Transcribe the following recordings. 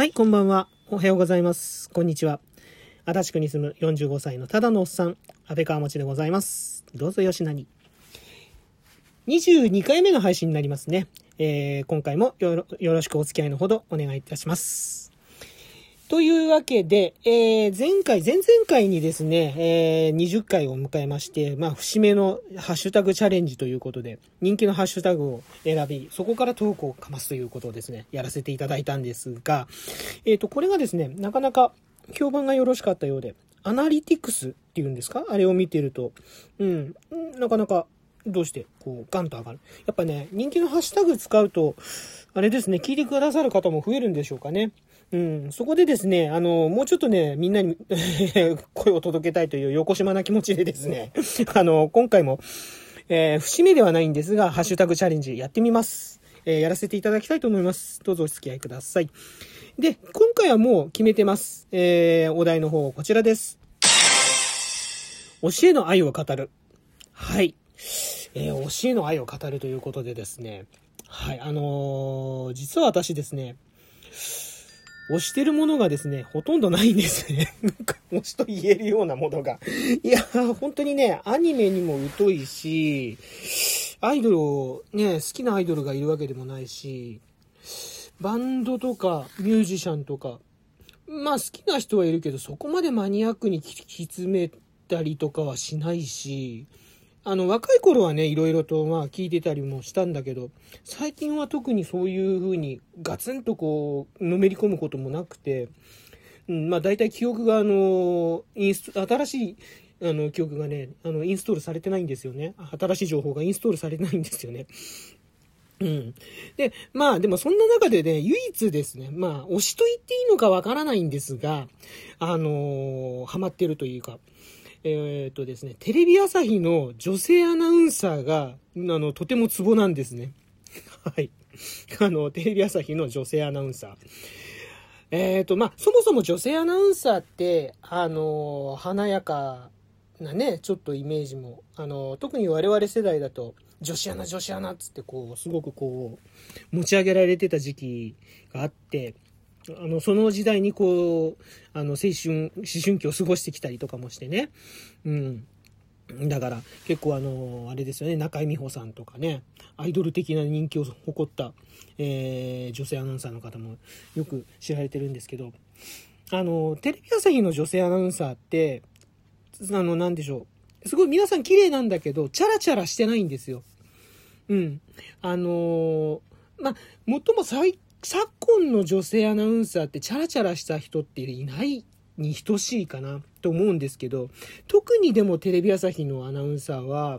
はい、こんばんは。おはようございます。こんにちは。足立区に住む45歳のただのおっさん、安倍川持でございます。どうぞよしなに。22回目の配信になりますね。今回もよろしくお付き合いのほどお願いいたします。というわけで、前々回にですね、20回を迎えまして、節目のハッシュタグチャレンジということで、人気のハッシュタグを選び、そこからトークをかますということをですね、やらせていただいたんですが、これがですね、なかなか評判がよろしかったようで、アナリティクスっていうんですか？あれを見てると、なかなか、どうして、ガンと上がる。やっぱね、人気のハッシュタグ使うと、あれですね、聞いてくださる方も増えるんでしょうかね。そこでですね、もうちょっとね、みんなに声を届けたいというよこしまな気持ちでですね、今回も、節目ではないんですが、ハッシュタグチャレンジやってみます。やらせていただきたいと思います。どうぞお付き合いください。で、今回はもう決めてます。お題の方、こちらです。教えの愛を語る。はい。教えの愛を語るということでですね。はい。実は私ですね、推してるものがですね、ほとんどないんですね。推しと言えるようなものが。いや、本当にね、アニメにも疎いし、アイドルをね、好きなアイドルがいるわけでもないし、バンドとかミュージシャンとか、好きな人はいるけど、そこまでマニアックに聞き詰めたりとかはしないし、若い頃はね、いろいろと聞いてたりもしたんだけど、最近は特にそういう風にガツンとのめり込むこともなくて、大体記憶が新しい記憶がね、インストールされてないんですよね。新しい情報がインストールされてないんですよね。で、でもそんな中でね、唯一ですね、推しと言っていいのかわからないんですが、ハマってるというか、ですね、テレビ朝日の女性アナウンサーが、とてもツボなんですね。はい。テレビ朝日の女性アナウンサー。そもそも女性アナウンサーって、華やかなね、ちょっとイメージも、特に我々世代だと、女子アナっつってすごく持ち上げられてた時期があって、その時代に思春期を過ごしてきたりとかもしてね。だから、結構あれですよね、中井美穂さんとかね、アイドル的な人気を誇った、女性アナウンサーの方もよく知られてるんですけど、テレビ朝日の女性アナウンサーって、なんでしょう。すごい皆さん綺麗なんだけど、チャラチャラしてないんですよ。もっとも昨今の女性アナウンサーってチャラチャラした人っていないに等しいかなと思うんですけど、特にでもテレビ朝日のアナウンサーは、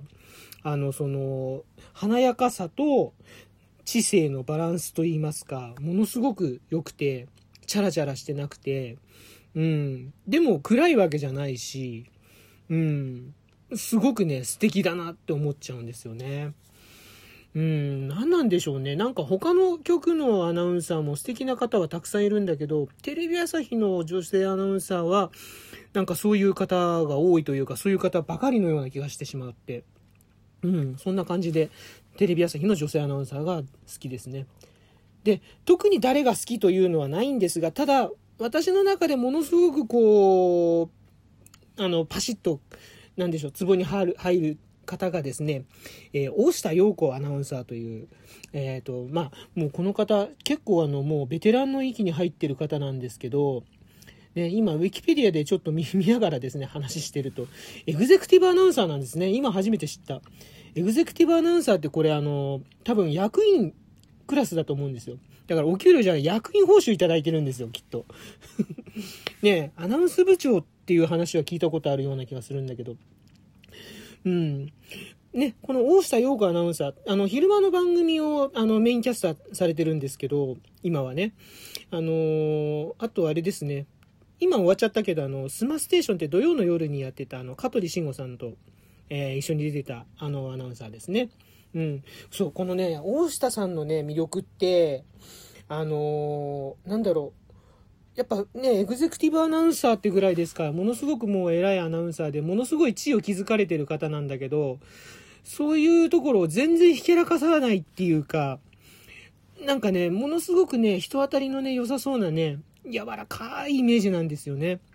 華やかさと知性のバランスといいますか、ものすごく良くて、チャラチャラしてなくて、でも暗いわけじゃないし、すごくね、素敵だなって思っちゃうんですよね。何なんでしょうね。なんか他の局のアナウンサーも素敵な方はたくさんいるんだけど、テレビ朝日の女性アナウンサーは、なんかそういう方が多いというか、そういう方ばかりのような気がしてしまって。そんな感じで、テレビ朝日の女性アナウンサーが好きですね。で、特に誰が好きというのはないんですが、ただ、私の中でものすごくパシッと、なんでしょう、ツボに入る方がですね、大下陽子アナウンサーという、もうこの方、結構もうベテランの域に入ってる方なんですけど、ね、今、ウィキペディアでちょっと見ながらですね、話してると、エグゼクティブアナウンサーなんですね。今初めて知った。エグゼクティブアナウンサーってこれ多分役員クラスだと思うんですよ。だからお給料じゃ役員報酬いただいてるんですよ、きっと。ね、アナウンス部長っていう話は聞いたことあるような気がするんだけど、ね、この大下陽子アナウンサー、昼間の番組を、メインキャスターされてるんですけど、今はね。あとあれですね。今終わっちゃったけど、スマステーションって土曜の夜にやってた、香取慎吾さんと、一緒に出てた、アナウンサーですね。そう、このね、大下さんのね、魅力って、なんだろう。やっぱね、エグゼクティブアナウンサーってぐらいですから、ものすごくもう偉いアナウンサーで、ものすごい地位を築かれてる方なんだけど、そういうところを全然ひけらかさないっていうか、なんかね、ものすごくね、人当たりのね、良さそうなね、 柔らかいイメージなんですよね。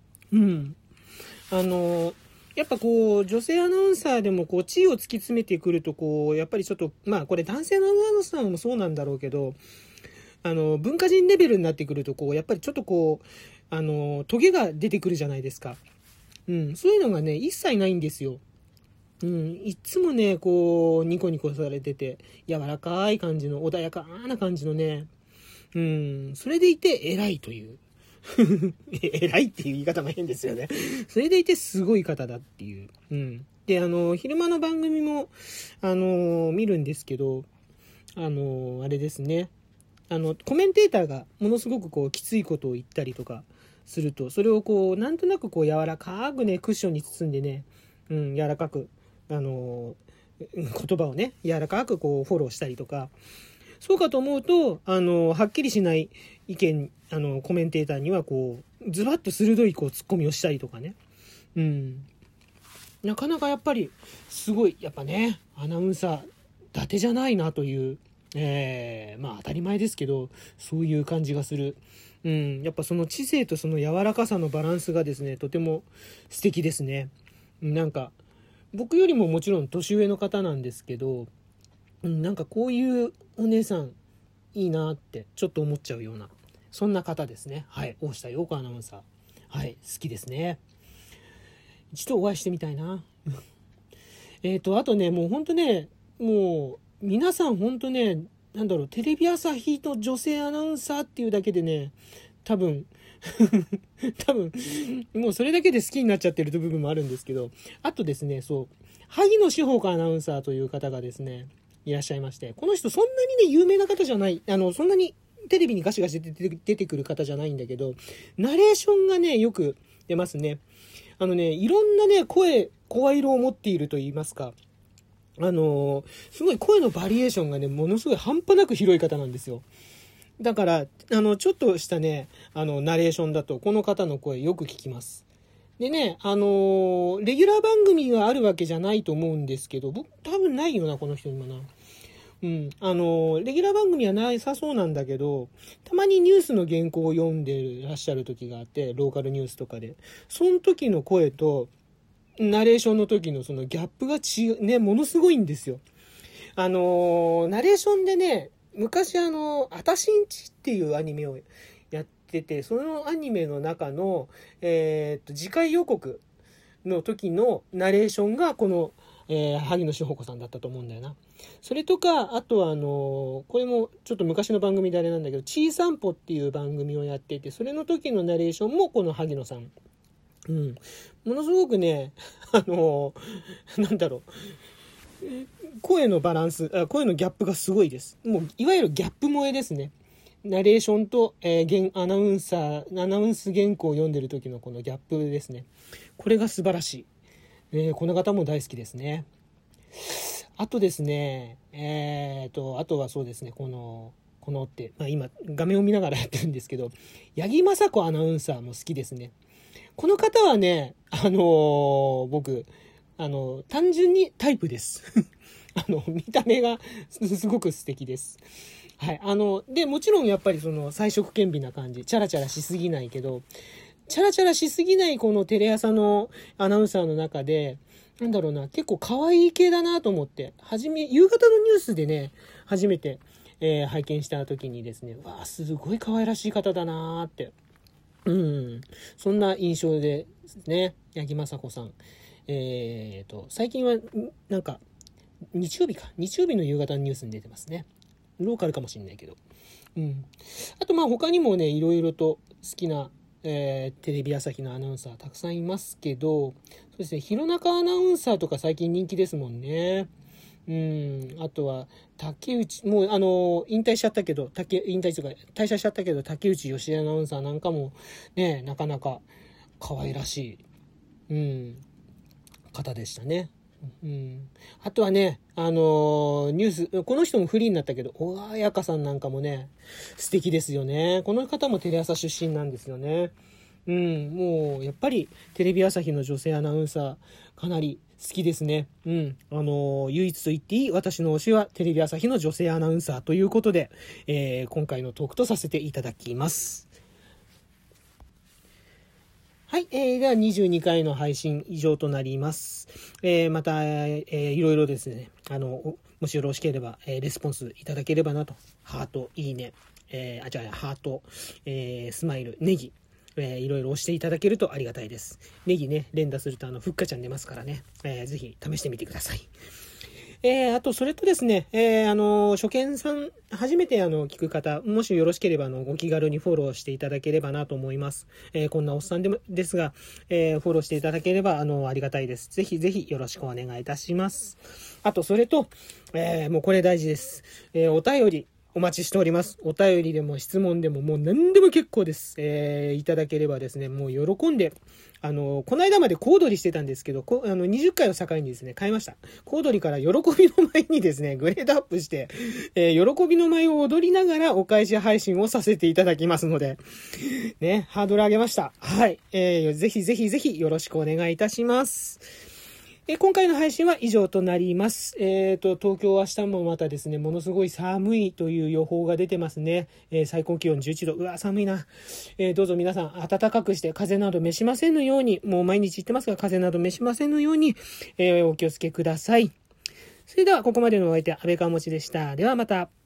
やっぱこう、女性アナウンサーでもこう、地位を突き詰めてくるとこう、やっぱりちょっと、これ男性のアナウンサーもそうなんだろうけど、文化人レベルになってくるとこう、やっぱりちょっとこう、トゲが出てくるじゃないですか。そういうのがね、一切ないんですよ。いつもね、こう、ニコニコされてて、柔らかい感じの、穏やかな感じのね、それでいて偉いという。偉いっていう言い方も変ですよね。それでいてすごい方だっていう。で、昼間の番組も、見るんですけど、あれですね。コメンテーターがものすごくこう、きついことを言ったりとかすると、それをこう、なんとなくこう、柔らかくね、クッションに包んでね、柔らかく、言葉をね、柔らかくこう、フォローしたりとか、そうかと思うと、はっきりしない意見、コメンテーターにはこう、ズバッと鋭いこう、ツッコミをしたりとかね。なかなかやっぱり、すごい、やっぱね、アナウンサー、伊達じゃないなという、当たり前ですけど、そういう感じがする。やっぱその知性とその柔らかさのバランスがですね、とても素敵ですね。なんか、僕よりももちろん年上の方なんですけど、なんかこういうお姉さんいいなってちょっと思っちゃうような、そんな方ですね。はい、大下陽子アナウンサー。はい、好きですね。一度お会いしてみたいな。あとね、もうほんとね、もう皆さんほんとね、テレビ朝日と女性アナウンサーっていうだけでね、多分もうそれだけで好きになっちゃってる部分もあるんですけど、あとですね、そう、萩野志保子アナウンサーという方がですね、いらっしゃいまして、この人そんなにね、有名な方じゃない、そんなにテレビにガシガシ出てくる方じゃないんだけど、ナレーションがね、よく出ますね。いろんなね、声色を持っていると言いますか、すごい声のバリエーションがね、ものすごい半端なく広い方なんですよ。だから、ちょっとしたね、ナレーションだと、この方の声よく聞きます。でね、レギュラー番組があるわけじゃないと思うんですけど、僕多分ないよな、この人にもな。レギュラー番組はなさそうなんだけど、たまにニュースの原稿を読んでらっしゃる時があって、ローカルニュースとかで。その時の声と、ナレーションの時のそのギャップがね、ものすごいんですよ。ナレーションでね、昔あたしんちっていうアニメをやってて、そのアニメの中の、次回予告の時のナレーションがこの、萩野志保子さんだったと思うんだよな。それとか、あとはこれもちょっと昔の番組であれなんだけど、ちいさんぽっていう番組をやっていて、それの時のナレーションもこの萩野さん。ものすごくね、声のバランス、声のギャップがすごいです。もう、いわゆるギャップ萌えですね。ナレーションと、アナウンス原稿を読んでる時のこのギャップですね。これが素晴らしい。この方も大好きですね。あとですね、あとはそうですね、このって、今、画面を見ながらやってるんですけど、八木雅子アナウンサーも好きですね。この方はね、僕、単純にタイプです。見た目がすごく素敵です。はい。で、もちろんやっぱりその彩色兼備な感じ、チャラチャラしすぎないけど、チャラチャラしすぎないこのテレ朝のアナウンサーの中で、結構可愛い系だなと思って、夕方のニュースでね、初めて、拝見した時にですね、わあ、すごい可愛らしい方だなーって。そんな印象ですね。八木雅子さん。最近は、日曜日の夕方のニュースに出てますね。ローカルかもしれないけど。あと、他にもね、いろいろと好きな、テレビ朝日のアナウンサーたくさんいますけど、そうですね、弘中アナウンサーとか最近人気ですもんね。あとは、竹内、もう引退しちゃったけど、退社しちゃったけど、竹内義アナウンサーなんかも、ね、なかなか可愛らしい、方でしたね。あとはね、ニュース、この人もフリーになったけど、小川彩佳さんなんかもね、素敵ですよね。この方もテレ朝出身なんですよね。もう、やっぱり、テレビ朝日の女性アナウンサー、かなり好きですね。唯一と言っていい、私の推しは、テレビ朝日の女性アナウンサーということで、今回のトークとさせていただきます。 はい、では22回の配信以上となります。また、いろいろですね、もしよろしければ、レスポンスいただければなと。ハート、いいね、ハート、スマイル、ネギ、いろいろ押していただけるとありがたいです。ネギね、連打するとふっかちゃん出ますからね、ぜひ試してみてください。あと、それとですね、初見さん、初めて聞く方、もしよろしければ、ご気軽にフォローしていただければなと思います。こんなおっさんですが、フォローしていただければ、ありがたいです。ぜひぜひよろしくお願いいたします。あと、それと、もうこれ大事です。お便り、お待ちしております。お便りでも質問でももう何でも結構です。いただければですね、もう喜んで、この間まで小躍りしてたんですけど、20回を境にですね、変えました。小躍りから喜びの舞にですね、グレードアップして、喜びの舞を踊りながらお返し配信をさせていただきますので、ね、ハードル上げました。はい。ぜひぜひぜひよろしくお願いいたします。今回の配信は以上となります。東京は明日もまたですね、ものすごい寒いという予報が出てますね。最高気温11度。うわ、寒いな。どうぞ皆さん暖かくして風邪など召しませんのように、もう毎日言ってますが、風邪など召しませんのように、お気をつけください。それではここまでのお相手は安倍川もちでした。ではまた。